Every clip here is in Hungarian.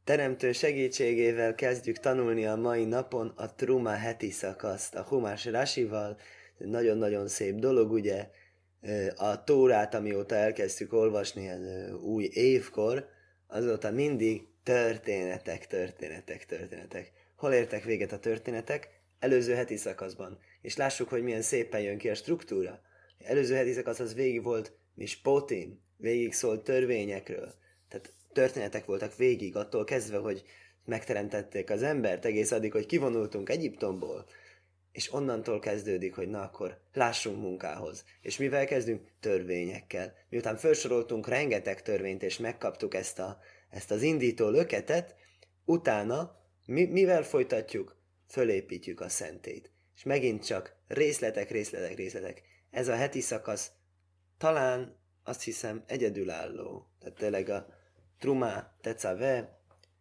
Teremtő segítségével kezdjük tanulni a mai napon a Truma heti szakaszt, a Humás Rasival. Nagyon-nagyon szép dolog, ugye? A Tórát, amióta elkezdtük olvasni az új évkor, azóta mindig történetek. Hol értek véget a történetek? Előző heti szakaszban. És lássuk, hogy milyen szépen jön ki a struktúra. Előző heti szakasz az végig volt Mishpotim, végig szólt törvényekről. Tehát történetek voltak végig, attól kezdve, hogy megteremtették az embert, egész addig, hogy kivonultunk Egyiptomból, és onnantól kezdődik, hogy na akkor lássunk munkához. És mivel kezdünk? Törvényekkel. Miután felsoroltunk rengeteg törvényt, és megkaptuk ezt az indító löketet, utána mivel folytatjuk? Fölépítjük a szentét. És megint csak részletek. Ez a heti szakasz talán azt hiszem egyedülálló. Tehát tényleg a Truma Tetzave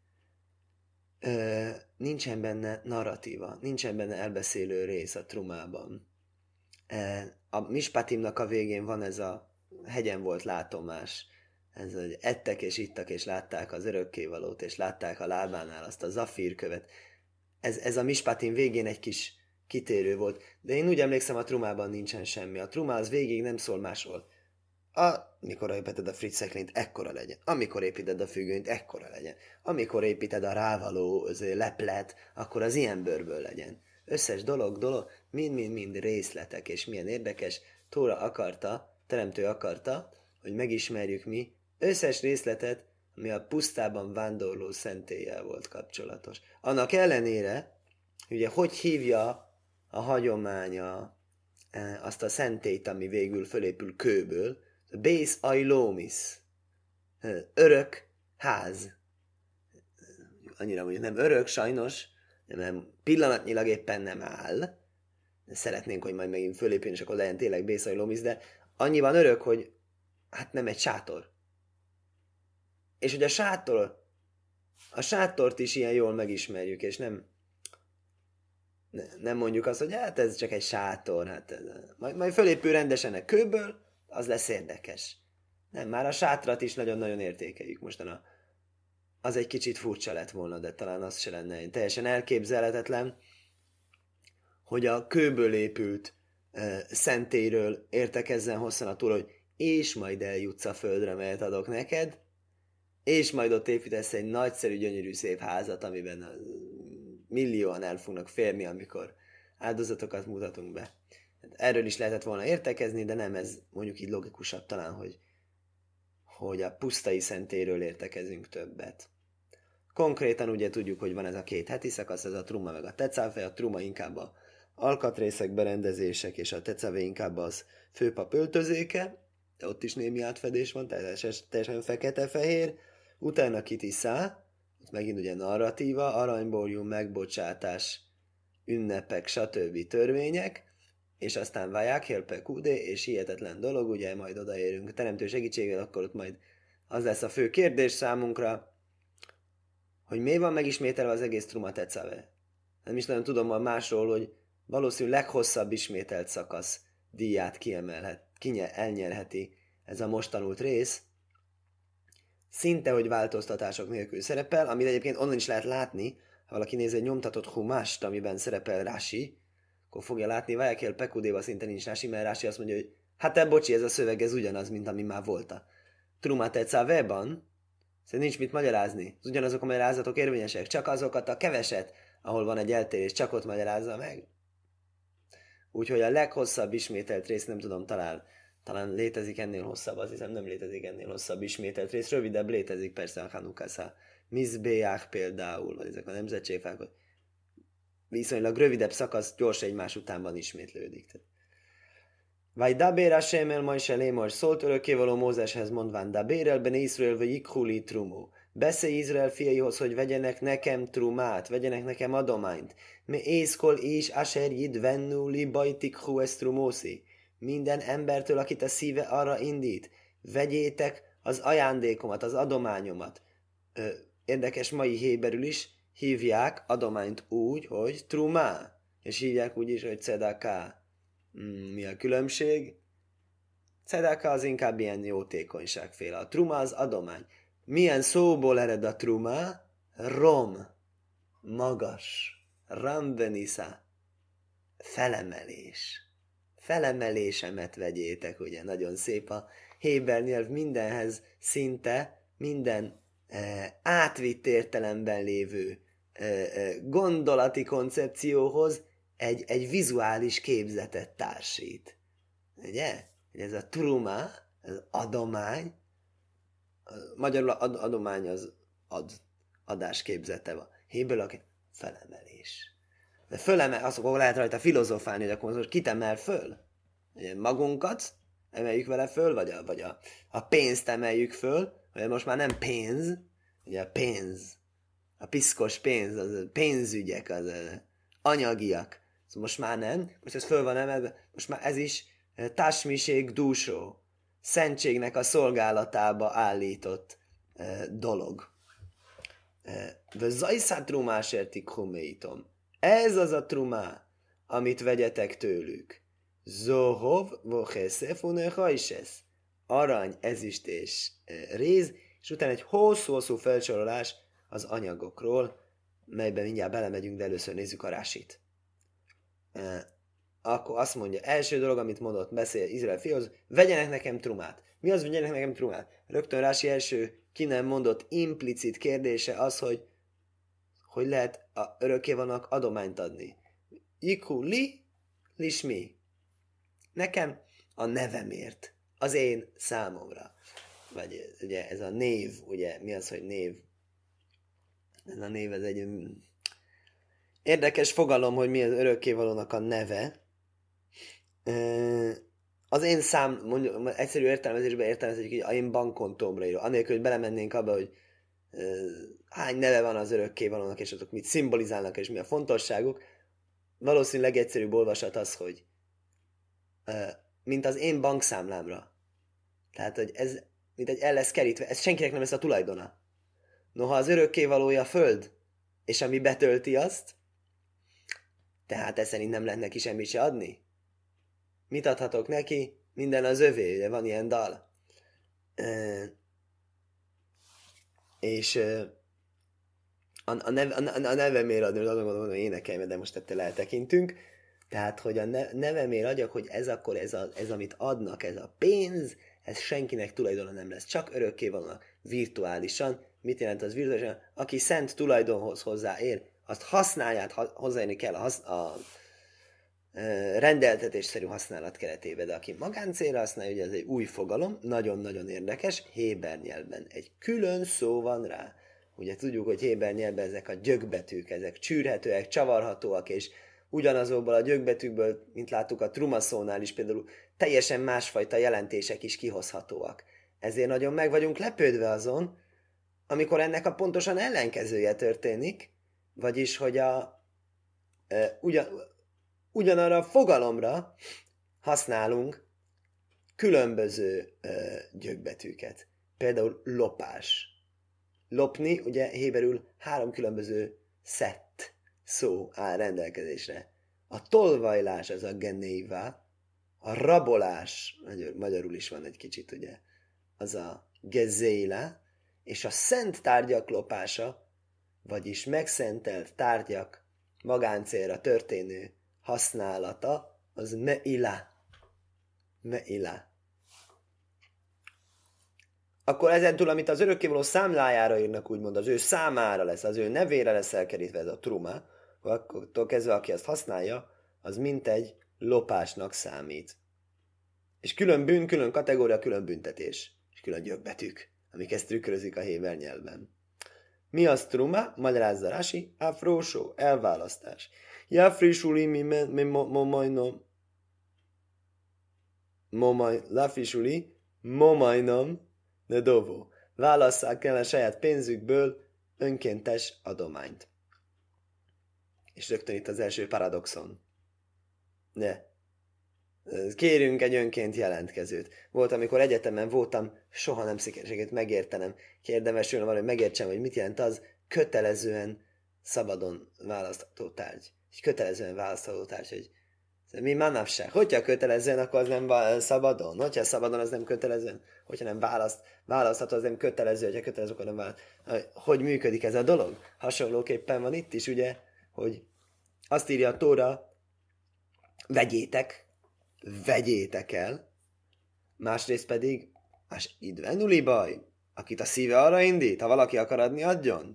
nincsen benne narratíva, nincsen benne elbeszélő rész a Trumában. A Mispatimnak a végén van ez a hegyen volt látomás, ez, hogy ettek és ittak és látták az örökkévalót, és látták a lábánál azt a zafírkövet. Ez a Mispatim végén egy kis kitérő volt, de én úgy emlékszem, a Trumában nincsen semmi. A Truma az végig nem szól másról. Amikor építed a fritzeklényt, ekkora legyen. Amikor építed a függönyt, ekkora legyen. Amikor építed a rávaló leplet, akkor az ilyen bőrből legyen. Összes dolog, mind részletek, és milyen érdekes. Tóra akarta, teremtő akarta, hogy megismerjük mi összes részletet, ami a pusztában vándorló szentéllyel volt kapcsolatos. Annak ellenére, ugye, hogy hívja a hagyománya azt a szentélyt, ami végül fölépül kőből, Bész Ailomis, örök ház. Annyira mondjuk nem örök, sajnos, nem pillanatnyilag éppen nem áll. De szeretnénk, hogy majd megint fölépjön, és akkor legyen tényleg Bész Ailomis, de annyiban örök, hogy hát nem egy sátor. És hogy a sátort is ilyen jól megismerjük, és nem mondjuk azt, hogy hát ez csak egy sátor, hát ez, majd fölépül rendesen a kőből, az lesz érdekes. Nem, már a sátrat is nagyon-nagyon értékeljük mostanában. Az egy kicsit furcsa lett volna, de talán az se lenne teljesen elképzelhetetlen, hogy a kőből épült szentélyről értekezzen hosszan a túl, hogy és majd eljutsz a földre, melyet adok neked, és majd ott építesz egy nagyszerű, gyönyörű, szép házat, amiben millióan el fognak férni, amikor áldozatokat mutatunk be. Erről is lehetett volna értekezni, de nem, ez mondjuk így logikusabb talán, hogy a pusztai szentéről értekezünk többet. Konkrétan ugye tudjuk, hogy van ez a két heti szakasz, ez a Truma meg a Tetzave, a Truma inkább a alkatrészek, berendezések, és a Tetzave inkább az főpap öltözéke, de ott is némi átfedés van, teljesen fekete-fehér, utána Kitiszá, ott megint ugye narratíva, aranyborjú, megbocsátás, ünnepek, stb. Törvények, és aztán Vajákhel Pekudé, és hihetetlen dolog, ugye majd odaérünk a teremtő segítségével, akkor ott majd az lesz a fő kérdés számunkra, hogy miért van megismételve az egész Truma Tetzave. Nem is nagyon tudom másról, hogy valószínűleg leghosszabb ismételt szakasz díját elnyerheti ez a most tanult rész, szinte, hogy változtatások nélkül szerepel, amit egyébként onnan is lehet látni, ha valaki néz egy nyomtatott humást, amiben szerepel Rashi, akkor fogja látni, Vajákhel Pekudéba szinte nincs Rashi, mert Rashi azt mondja, hogy hát bocsi, ez a szöveg, ez ugyanaz, mint ami már volt a Truma Tetzave-ban, szóval nincs mit magyarázni. Az ugyanazok a magyarázatok érvényesek, csak azokat a keveset, ahol van egy eltérés, csak ott magyarázza meg. Úgyhogy a leghosszabb ismételt rész, nem tudom, talán létezik ennél hosszabb, azt hiszem nem létezik ennél hosszabb ismételt rész, rövidebb létezik persze a Hanukasza, Mizbeach például, vagy ezek a nemzetségfák, hogy viszonylag rövidebb szakasz gyors egymás utánban ismétlődik. Vagy Dabér Hashem el Mojse Lémor, szólt örökkévaló Mózeshez mondván, Dabér el Bene Israel ve Yikhuli Trumu. Beszélj Izrael fiaihoz, hogy vegyenek nekem trumát, vegyenek nekem adományt. Me észkol is asher jid vennuli bajtikhu estrumószi. Minden embertől, akit a szíve arra indít, vegyétek az ajándékomat, az adományomat. Érdekes, mai héberül is hívják adományt úgy, hogy trumá, és hívják úgy is, hogy cedaká. Mi a különbség? Cedaká az inkább ilyen jótékonyságféle. A truma az adomány. Milyen szóból ered a truma? rom, magas, rambenisa, felemelés. Felemelésemet vegyétek, ugye, nagyon szép a héber nyelv mindenhez szinte, minden átvitt értelemben lévő gondolati koncepcióhoz egy vizuális képzetet társít. Ugye? Ez a truma, az adomány, magyarul adomány az adás képzete van. Héberül felemelés. De azt akkor lehet rajta filozofálni, hogy akkor most kit emel föl? Ugye magunkat emeljük vele föl, vagy a pénzt emeljük föl, vagy most már nem pénz, ugye a pénz, a piszkos pénz, az pénzügyek, az anyagiak. Szóval most már nem, most ez föl van emelve, most már ez is tásmiség dúsó, szentségnek a szolgálatába állított dolog. Zajszát trumás értik huméitom. Ez az a trumá, amit vegyetek tőlük. Zohov, vocheszef, unechajsesz. Arany, ezüst és réz, és utána egy hosszú-hosszú felsorolás az anyagokról, melyben mindjárt belemegyünk, de először nézzük a rásit. Akkor azt mondja, első dolog, amit mondott, beszél Izrael fihoz, vegyenek nekem trumát. Mi az, vegyenek nekem trumát? Rögtön Rási első ki nem mondott implicit kérdése az, hogy lehet a örökkévalónak adományt adni. Iku li, lismi. Nekem a nevemért, az én számomra. Vagy ugye ez a név, ugye mi az, hogy név? Ez a név, ez egy érdekes fogalom, hogy mi az örökkévalónak a neve. Az én mondjuk egyszerű értelmezésben értelmezik, hogy én bankkontómra író. Anélkül, hogy belemennénk abba, hogy hány neve van az örökkévalónak, és azok mit szimbolizálnak, és mi a fontosságuk. Valószínűleg egyszerűbb olvasat az, hogy mint az én bankszámlámra. Tehát, hogy ez mint egy el lesz kerítve, ez senkinek nem lesz a tulajdona. Noha az örökkévalója a föld, és ami betölti azt, tehát ez szerint nem lehet neki semmit se adni. Mit adhatok neki? Minden az övé, ugye van ilyen dal. És a nevemért adni, azon gondolom, hogy énekelj, de most ettől eltekintünk. Tehát, hogy a nevemért adjak, hogy ez akkor, ez amit adnak, ez a pénz, ez senkinek tulajdona nem lesz, csak örökkévalónak, virtuálisan. Mit jelent az virtuálisan? Aki szent tulajdonhoz hozzáér, azt használját hozzáérni kell a rendeltetésszerű használat keretében, de aki magáncélra használja, ugye ez egy új fogalom, nagyon-nagyon érdekes, héber nyelvben egy külön szó van rá. Ugye tudjuk, hogy héber nyelvben ezek a gyökbetűk, ezek csűrhetőek, csavarhatóak, és ugyanazokból a gyökbetűkből, mint láttuk a truma szónál is például, teljesen másfajta jelentések is kihozhatóak. Ezért nagyon meg vagyunk lepődve azon, amikor ennek a pontosan ellenkezője történik, vagyis, hogy ugyanarra a fogalomra használunk különböző gyökbetűket. Például lopás. Lopni, ugye héberül 3 különböző szett szó áll rendelkezésre. A tolvajlás az a genéva, a rabolás, magyarul is van egy kicsit, ugye, az a gezéla, és a szent tárgyak lopása, vagyis megszentelt tárgyak magáncélra történő használata, az meila. Meila. Akkor ezentúl, amit az örökkévaló számlájára írnak, úgymond az ő számára lesz, az ő nevére lesz elkerítve ez a truma, akkor kezdve, aki ezt használja, az mintegy lopásnak számít. És külön bűn, külön kategória, külön büntetés. És külön gyökbetűk, amik ezt trükkrözik a héber nyelvben. Mi az truma? Magyarázza Rási, afrósó, elválasztás. Jafrisuli mi momajnom. Lafrisuli momajnom nedovó. Válasszák el a saját pénzükből önkéntes adományt. És rögtön itt az első paradoxon. Kérünk egy önként jelentkezőt. Volt, amikor egyetemen voltam, soha nem sikerült megértenem. Érdemesülne valami, hogy megértsem, hogy mit jelent az kötelezően szabadon választható tárgy. Egy kötelezően választható tárgy, hogy Mi manapság? Hogyha kötelezően, akkor az nem szabadon. Hogyha szabadon, az nem kötelezően. Hogyha nem választható, az nem kötelező. Hogyha kötelező, akkor nem választ. Hogy működik ez a dolog? Hasonlóképpen van itt is, ugye, hogy azt írja a Tóra, vegyétek el. Másrészt pedig, más idvenuli baj, akit a szíve arra indít, ha valaki akar adni, adjon.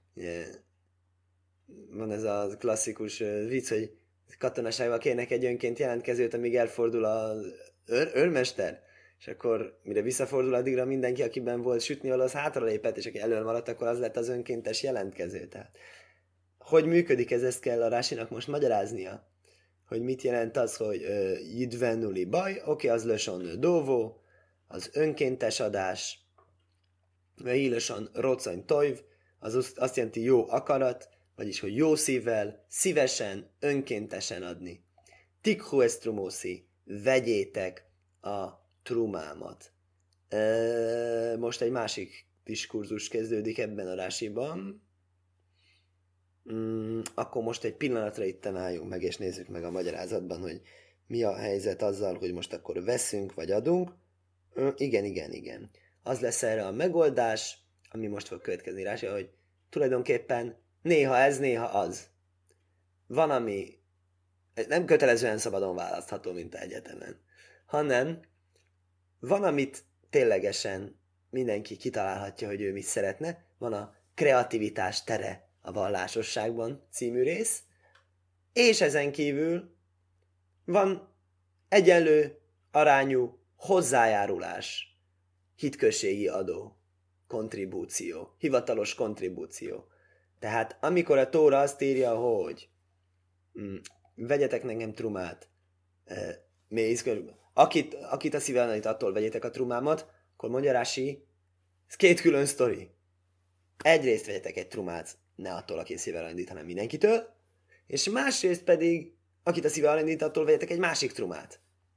Van ez a klasszikus vicc, hogy katonaságban kérnek egy önként jelentkezőt, amíg elfordul az őrmester, és akkor mire visszafordul, addigra mindenki, akiben volt sütni, az hátralépett, és aki elől maradt, akkor az lett az önkéntes jelentkező. Tehát, hogy működik ez, ezt kell a Rásinak most magyaráznia, hogy mit jelent az, hogy jidvenuli baj, oké, az löson dóvó, az önkéntes adás, vagy löson rocany tojv, az azt jelenti jó akarat, vagyis, hogy jó szívvel, szívesen, önkéntesen adni. Tikhu estrumoszi, vegyétek a trumámat. Most egy másik diskurzus kezdődik ebben a rásiban. Akkor most egy pillanatra itt álljunk meg, és nézzük meg a magyarázatban, hogy mi a helyzet azzal, hogy most akkor veszünk, vagy adunk. Igen. Az lesz erre a megoldás, ami most fog következni rási, hogy tulajdonképpen néha ez, néha az. Van, ami nem kötelezően szabadon választható, mint egyetemen, hanem van, amit ténylegesen mindenki kitalálhatja, hogy ő mit szeretne. Van a kreativitás tere a vallásosságban című rész, és ezen kívül van egyenlő arányú hozzájárulás, hitközségi adó, kontribúció, hivatalos kontribúció. Tehát amikor a Tóra azt írja, hogy vegyetek nekem trumát, akit a szíve ellenít, attól vegyétek a trumámat, akkor mondja Rási, ez két külön sztori. Egyrészt vegyetek egy trumát, ne attól, aki a szíve ellenít, hanem mindenkitől, és másrészt pedig, akit a szíve ellenít, attól vegyetek egy másik trumát.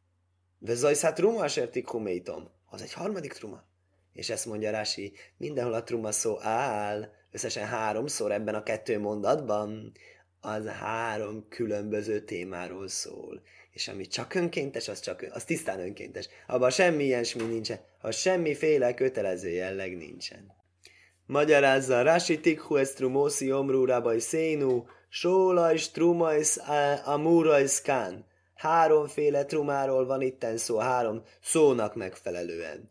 De zajszát truma sértik huméitom. Az egy harmadik truma. És ezt mondja Rási, mindenhol a truma szó áll, összesen 3-szor ebben a 2 mondatban, az 3 különböző témáról szól. És ami csak önkéntes, az tisztán önkéntes. Abban semmi ilyesmi nincsen, ha semmiféle kötelező jelleg nincsen. Magyarázza Rási tikhu estrumoszi omrúrábaj szénú, sólajs trumajsz amúrajsz kán. 3 trumáról van itten szó, 3 szónak megfelelően.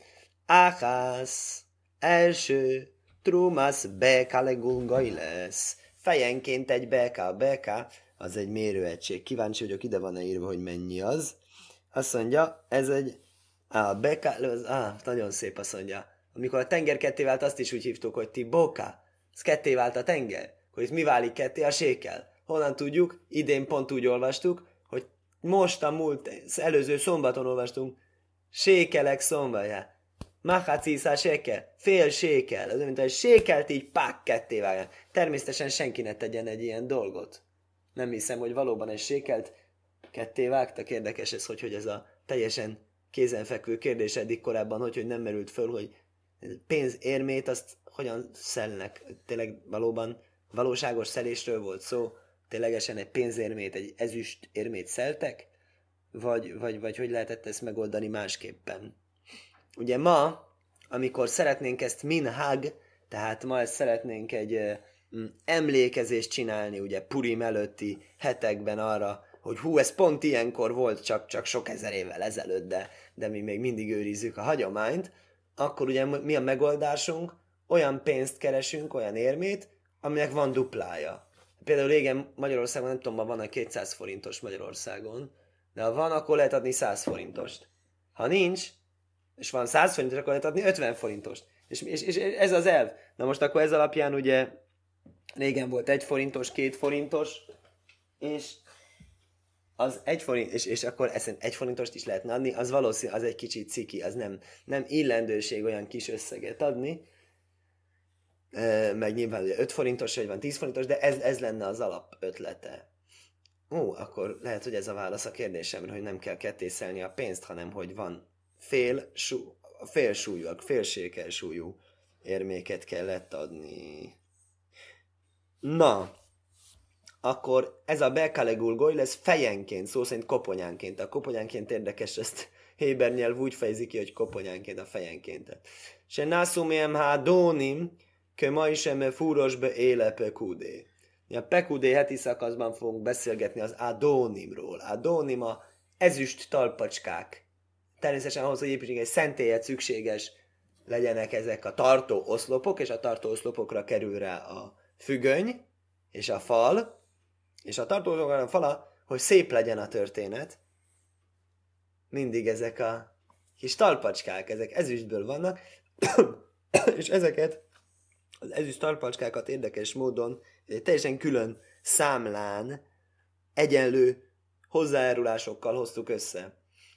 Áhász, első, trumász beka legungai lesz. Fejenként egy beka, a beka az egy mérőegység. Kíváncsi vagyok, ide van-e írva, hogy mennyi az. Azt mondja, ez egy, beka, nagyon szép azt mondja. Amikor a tenger ketté vált, azt is úgy hívtuk, hogy ti boka. Ez ketté vált a tenger. Hogy itt mi válik ketté? A sékel. Honnan tudjuk? Idén pont úgy olvastuk, hogy most az előző szombaton olvastunk, sékelek szombatján. Machaciszá sékel, fél sékel. Az mint, hogy sékelt így pák ketté vágják. Természetesen senki ne tegyen egy ilyen dolgot. Nem hiszem, hogy valóban egy sékelt ketté vágtak. Érdekes ez, hogy ez a teljesen kézenfekvő kérdés eddig korábban, hogy nem merült föl, hogy pénzérmét azt hogyan szelnek. Tényleg valóban valóságos szelésről volt szó. Ténylegesen egy pénzérmét, egy ezüst érmét szeltek? Vagy hogy lehetett ezt megoldani másképpen? Ugye ma, amikor szeretnénk ezt minhag, tehát ma ezt szeretnénk egy emlékezést csinálni, ugye Purim előtti hetekben arra, hogy ez pont ilyenkor volt, csak sok ezer évvel ezelőtt, de mi még mindig őrizzük a hagyományt, akkor ugye mi a megoldásunk? Olyan pénzt keresünk, olyan érmét, aminek van duplája. Például régen Magyarországon, nem tudom, ma van a 200 forintos Magyarországon, de ha van, akkor lehet adni 100 forintost. Ha nincs, és van 100 forintos, akkor lehet adni 50 forintost. És ez az elv. Na most akkor ez alapján ugye régen volt 1 forintos, 2 forintos, és az 1 forint, és akkor ezt 1 forintost is lehetne adni, az valószínű, az egy kicsit ciki, az nem illendőség olyan kis összeget adni, meg nyilván ugye 5 forintos, vagy van 10 forintos, de ez lenne az alap ötlete. Akkor lehet, hogy ez a válasz a kérdésemre, hogy nem kell kettészelni a pénzt, hanem hogy van félsúlyúak, félsékelsúlyú érméket kellett adni. Na, akkor ez a Bekalegul goy lesz fejenként, szó szerint koponyánként. A koponyánként érdekes, ezt héber nyelv úgy fejezi ki, hogy koponyánként, a fejenként. Se nászumiem dónim, ke ma is fúrosbe éle pekudé. A pekudé heti szakaszban fogunk beszélgetni az Adónimról. Adónim a ezüst talpacskák. Természetesen ahhoz, hogy építsünk egy szentélyet, szükséges legyenek ezek a tartó oszlopok, és a tartó oszlopokra kerül rá a függöny, és a fal, és a tartó oszlopokra a fala, hogy szép legyen a történet. Mindig ezek a kis talpacskák, ezek ezüstből vannak, és ezeket, az ezüst talpacskákat érdekes módon teljesen külön számlán, egyenlő hozzájárulásokkal hoztuk össze.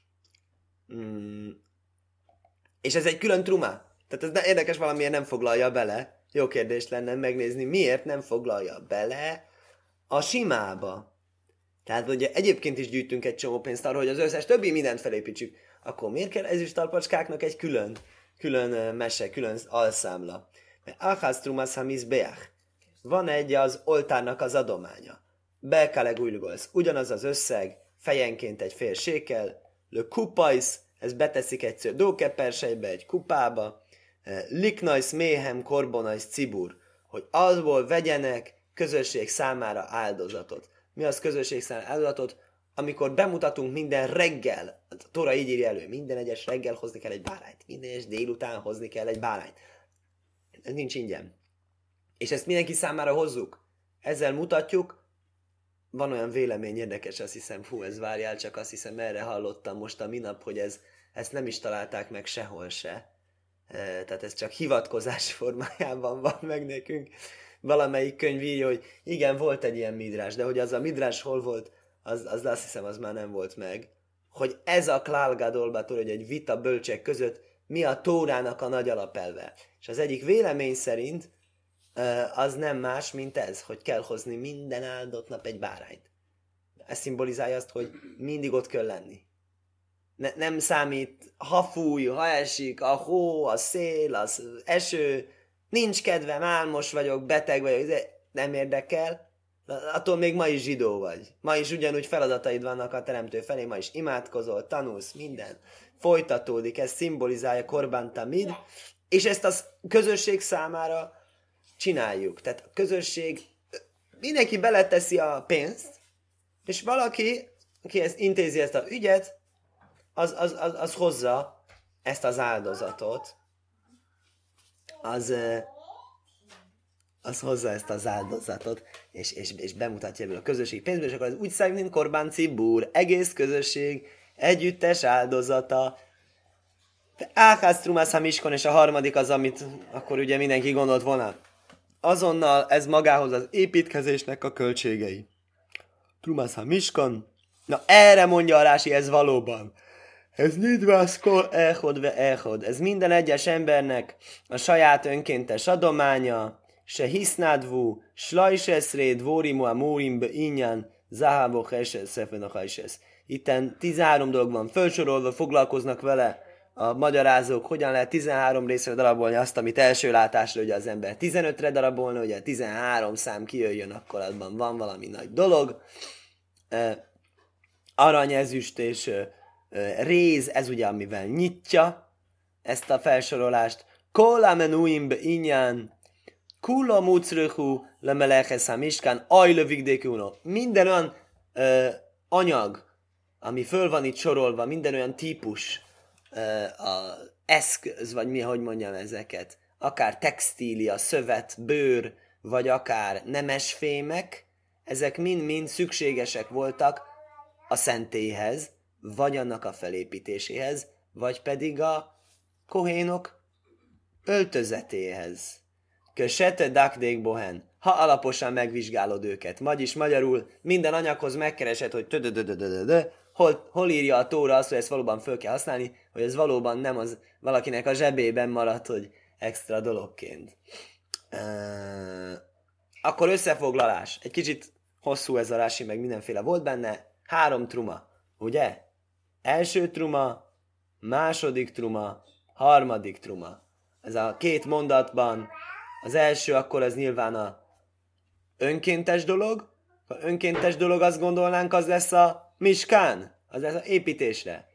És ez egy külön truma. Tehát ez érdekes, valamiért nem foglalja bele. Jó kérdés lenne megnézni, miért nem foglalja bele a simába. Tehát ugye egyébként is gyűjtünk egy csomó pénzt arra, hogy az összes többi mindent felépítsük. Akkor miért kell ezüst talpacskáknak egy külön mese, külön alszámla? Mert Achaz Trumas Hamis Beach. Van egy az oltárnak az adománya. Belkaleg újlugolsz. Ugyanaz az összeg, fejenként egy fél sékel. Le kupajsz, ezt beteszik egy dókepersejbe, egy kupába. Liknajsz méhem korbonajsz cibur. Hogy azból vegyenek közösség számára áldozatot. Mi az közösség számára áldozatot? Amikor bemutatunk minden reggel, a Tóra így írja elő, minden egyes reggel hozni kell egy bárányt. Minden egyes délután hozni kell egy bárányt. Ez nincs ingyen. És ezt mindenki számára hozzuk. Ezzel mutatjuk, van olyan vélemény érdekes, azt hiszem, ez várjál, csak azt hiszem, erre hallottam most a minap, hogy ezt nem is találták meg sehol se. Tehát ez csak hivatkozás formájában van meg nekünk. Valamelyik könyv írja, hogy igen, volt egy ilyen midrás, de hogy az a midrás hol volt, az azt hiszem, az már nem volt meg. Hogy ez a Klál Gadolba, hogy egy vita bölcsek között mi a Tórának a nagy alapelve. És az egyik vélemény szerint az nem más, mint ez, hogy kell hozni minden áldott nap egy bárányt. Ez szimbolizálja azt, hogy mindig ott kell lenni. Nem számít, ha fúj, ha esik, a hó, a szél, az eső, nincs kedvem, álmos vagyok, beteg vagyok, de nem érdekel, attól még ma is zsidó vagy. Ma is ugyanúgy feladataid vannak a teremtő felé, ma is imádkozol, tanulsz, minden. Folytatódik, ez szimbolizálja Korban Tamid, és ezt a közösség számára csináljuk. Tehát a közösség, mindenki beleteszi a pénzt, és valaki, aki ezt intézi ezt a ügyet, az hozza ezt az áldozatot, az hozza ezt az áldozatot, és bemutatja ebből a közösség pénzből, és akkor ez úgy számít, mint Korban Cibur, egész közösség, együttes áldozata. Áház Trumász Hamiskon, és a harmadik az, amit akkor ugye mindenki gondolt volna. Azonnal ez magához az építkezésnek a költségei. Trumász Hamiskon. Na erre mondja a Rási, ez valóban. Ez nidvászkol elhod ve elhod. Ez minden egyes embernek a saját önkéntes adománya, se hisznádvú, slajseszréd, vórimu a mórimbe inyan, zahávok eses, szefenachajsesz. Itten 13 dolog van felsorolva, foglalkoznak vele a magyarázók, hogyan lehet 13 részre darabolni azt, amit első látásra ugye az ember 15-re darabolni, ugye 13 szám kijöjjön, akkor abban van valami nagy dolog. Arany, ezüst és réz, ez ugye amivel nyitja ezt a felsorolást. Kol amenuim be inyan, kula mucrehu lemeleches hamiskán, ajlövigdékuno. Minden olyan anyag, ami föl van itt sorolva, minden olyan típus eszköz, vagy mi, hogy mondjam ezeket, akár textília, szövet, bőr, vagy akár nemesfémek, ezek mind-mind szükségesek voltak a szentélyhez, vagy annak a felépítéséhez, vagy pedig a kohénok öltözetéhez. Kösete dakdék bohen, ha alaposan megvizsgálod őket, vagyis magyarul minden anyaghoz megkeresed, hogy hol írja a Tóra azt, hogy ezt valóban föl kell használni, hogy ez valóban nem az valakinek a zsebében maradt, hogy extra dologként. Akkor összefoglalás. Egy kicsit hosszú ez a rási, meg mindenféle volt benne. 3 truma, ugye? Első truma, második truma, harmadik truma. Ez a 2 mondatban az első, akkor ez nyilván a önkéntes dolog, Ha önkéntes dolog, azt gondolnánk, az lesz a miskán, az lesz a építésre.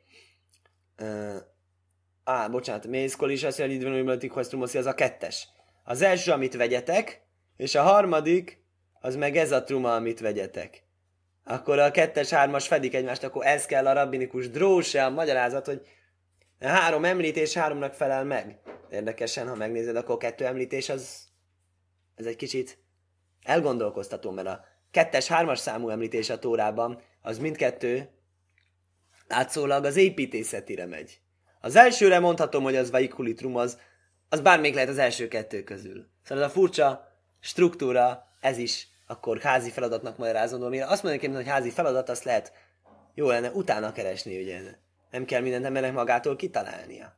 Bocsánat, mészkol is azt, hogy idvenőbeletik hoztrumoszi, az a 2. Az első, amit vegyetek, és a harmadik, az meg ez a truma, amit vegyetek. Akkor a 2-es, 3-as fedik egymást, akkor ez kell a rabbinikus dróse, a magyarázat, hogy 3 említés 3-nak felel meg. Érdekesen, ha megnézed, akkor 2 említés ez egy kicsit elgondolkoztató, mert a 2-es, 3-as számú említés a Tórában, az mindkettő látszólag az építészetire megy. Az elsőre mondhatom, hogy az vaikuli trum, az bármelyik lehet az első 2 közül. Szóval ez a furcsa struktúra, ez is akkor házi feladatnak magyarázom, amire azt mondom, hogy házi feladat, azt lehet jó lenne utána keresni, ugye. Nem kell mindent embernek magától kitalálnia.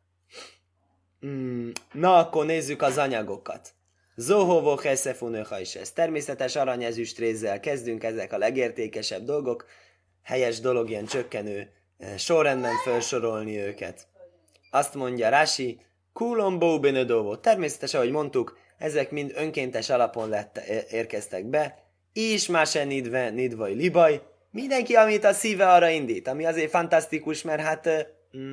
Na, akkor nézzük az anyagokat. Zohovo heszefunöha is ez. Természetes arany ezüst rézzel kezdünk, ezek a legértékesebb dolgok. Helyes dolog ilyen csökkenő sorrendben felsorolni őket. Azt mondja Rási, kulombó benedóvó. Természetesen, ahogy mondtuk, ezek mind önkéntes alapon érkeztek be. Is másen nidvaj libaj. Mindenki, amit a szíve arra indít, ami azért fantasztikus, mert hát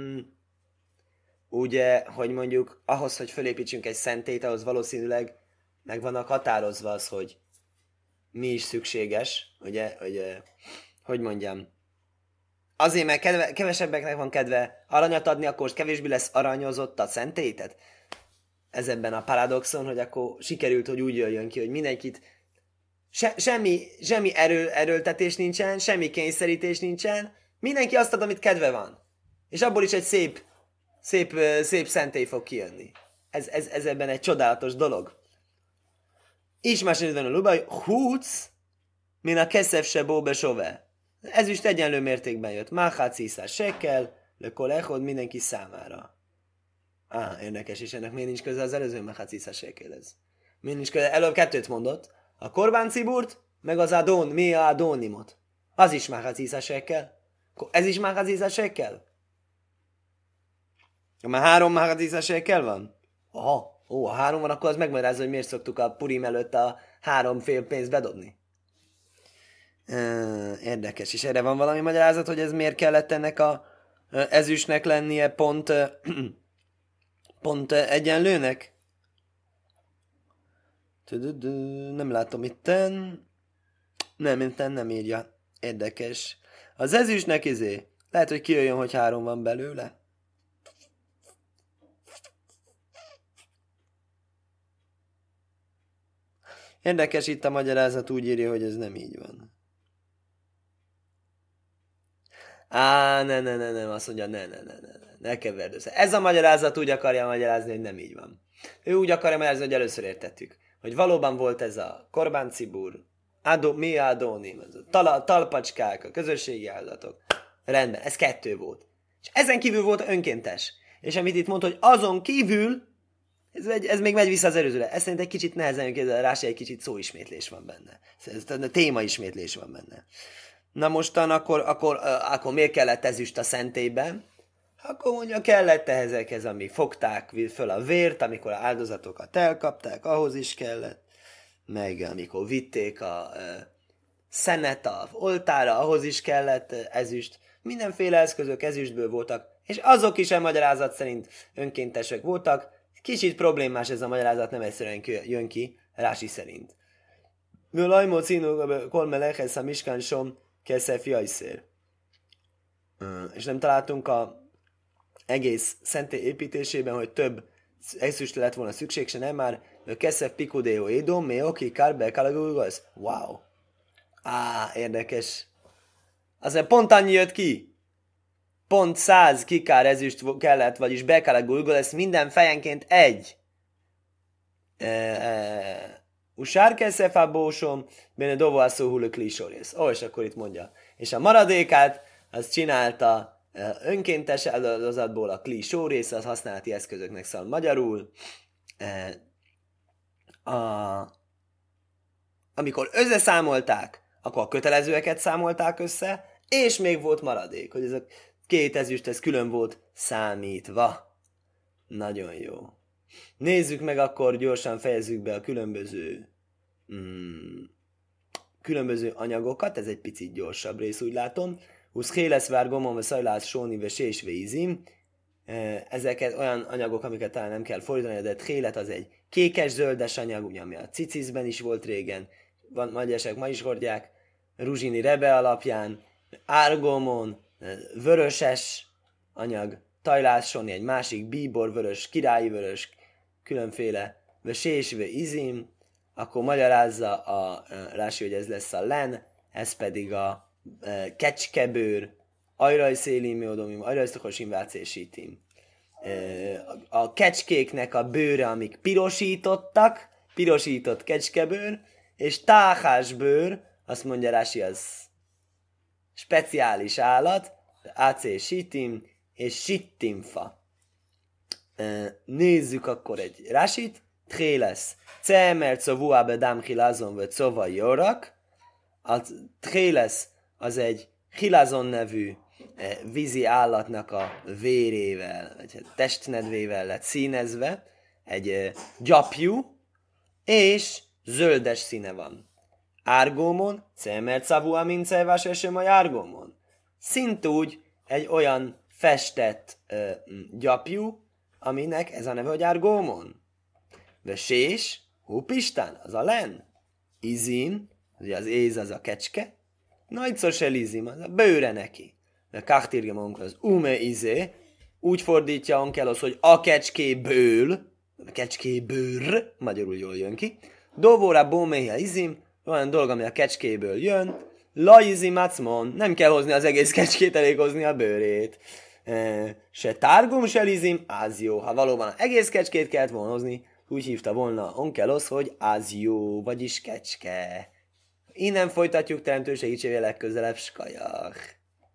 ugye, hogy mondjuk ahhoz, hogy fölépítsünk egy szentét, ahhoz valószínűleg meg vannak határozva az, hogy mi is szükséges, ugye, hogy mondjam, azért, mert kevesebbeknek van kedve aranyat adni, akkor kevésbé lesz aranyozott a szentélytet. Ez ebben a paradoxon, hogy akkor sikerült, hogy úgy jöjjön ki, hogy mindenkit semmi erőltetés nincsen, semmi kényszerítés nincsen, mindenki azt ad, amit kedve van. És abból is egy szép szentély fog kijönni. Ez ebben egy csodálatos dolog. És más a lubaj, húc, min a keszef se bóbe sove. Ez is egyenlő mértékben jött. Máhát szíszás sekkel, le kolechod mindenki számára. Érdekes, és ennek miért nincs köze az előző máhát szíszás sekkelhez? Miért nincs köze? Előbb 2 mondott. A korbánciburt, meg az mi a adónimot. Az is máhát szíszás sekkel. Ez is máhát szíszás sekkel? Már 3 máhát szíszás sekkel van? Ha 3 van, akkor az megmagyarázza, hogy miért szoktuk a Purim előtt a 3 fél pénzt bedobni. Érdekes. És erre van valami magyarázat, hogy ez miért kellett ennek a ezüstnek lennie pont egyenlőnek? Nem látom itten. Nem írja. Érdekes. Az ezüstnek lehet, hogy kijöjjön, hogy 3 van belőle. Érdekes, itt a magyarázat úgy írja, hogy ez nem így van. Nem, azt mondja, ne keverd össze. Ez a magyarázat úgy akarja magyarázni, hogy nem így van. Ő úgy akarja magyarázni, hogy először értettük, hogy valóban volt ez a korbáncibur, mi adónim, talpacskák, a közösségi áldozatok. Rendben, ez 2 volt. És ezen kívül volt önkéntes. És amit itt mondta, hogy azon kívül, ez még megy vissza az előzőre. Ez szerint egy kicsit nehezen jön ki, a Rási egy kicsit szóismétlés van benne. Ez témaismétlés van benne. Na mostan akkor miért kellett ezüst a szentélyben? Akkor mondja, kellett ezekhez, amik fogták föl a vért, amikor áldozatokat elkapták, ahhoz is kellett. Meg amikor vitték a szenet a oltára, ahhoz is kellett ezüst. Mindenféle eszközök ezüstből voltak, és azok is a magyarázat szerint önkéntesek voltak. Kicsit problémás ez a magyarázat, nem egyszerűen jön ki Rási szerint. Lajmó cínó kolmeleches a miskánsom keszef jajszér. És nem találtunk a egész szentély építésében, hogy több ezüstre lett volna szükség, se nem már keszef pikudéo édom, oké, kárbe, kalagulgaz. Wow. Érdekes. Azért pont annyi jött ki. Pont 100 kikár ezüst kellett, vagyis bekalagulgol, ez minden fejenként 1. Usár keszef a bósom, benne dovászó hulök lisorész. És akkor itt mondja. És a maradékát, azt csinálta önkéntes áldozatból a klisórész, az használati eszközöknek szól magyarul. Amikor összeszámolták, akkor a kötelezőeket számolták össze, és még volt maradék, hogy ez a 2 ezüst, ez külön volt számítva. Nagyon jó. Nézzük meg akkor, gyorsan fejezzük be a különböző különböző anyagokat, ez egy picit gyorsabb rész, úgy látom. Husz héles vár gomon, ve szajlás, sóni, ve sés, ve izim. Ezeket olyan anyagok, amiket talán nem kell fordítani, de hélet az egy kékes-zöldes anyag, ugye, ami a cicizben is volt régen, magyarság ma is hordják, Ruzsini Rebe alapján, árgomon, vöröses anyag, tajlássoni egy másik, bíbor vörös, királyi vörös, különféle, ve sés, ve izim, akkor magyarázza a Rási, hogy ez lesz a len, ez pedig a kecskebőr, ajrajszélim, jódomim, ajrajsztokosim, vácésítim. A kecskéknek a bőre, amik pirosítottak, pirosított kecskebőr, és táhásbőr, azt mondja Rási, az speciális állat, ácésítim, és sittimfa. Nézzük akkor egy Rásit. Tréles. Cemer covua bedám hilazon vagy cova jorak. A tréles az egy hilazon nevű vízi állatnak a vérével, vagy testnedvével lett színezve. Egy gyapjú, és zöldes színe van. Árgómon, cemer cavua mint cevás esem a árgómon. Szintúgy egy olyan festett gyapjú, aminek ez a neve, hogy árgómon. De sés, húpistán, az a len. Izim, ugye az éz az a kecske. Nagyszos elizim, az a bőre neki. De káhtírgem onkel az ume izé, úgy fordítja onkelos, hogy a kecskéből, a kecskébőr, magyarul jól jön ki. Dovóra bóméja izim, olyan dolog, ami a kecskéből jön. La izim acmon, nem kell hozni az egész kecskét, elég hozni a bőrét. Se tárgum, se lizim, az jó. Ha valóban az egész kecskét kellett volna hozni, úgy hívta volna onkelos, hogy az jó, vagyis kecske. Innen folytatjuk teremtő segítségével legközelebb, skajach.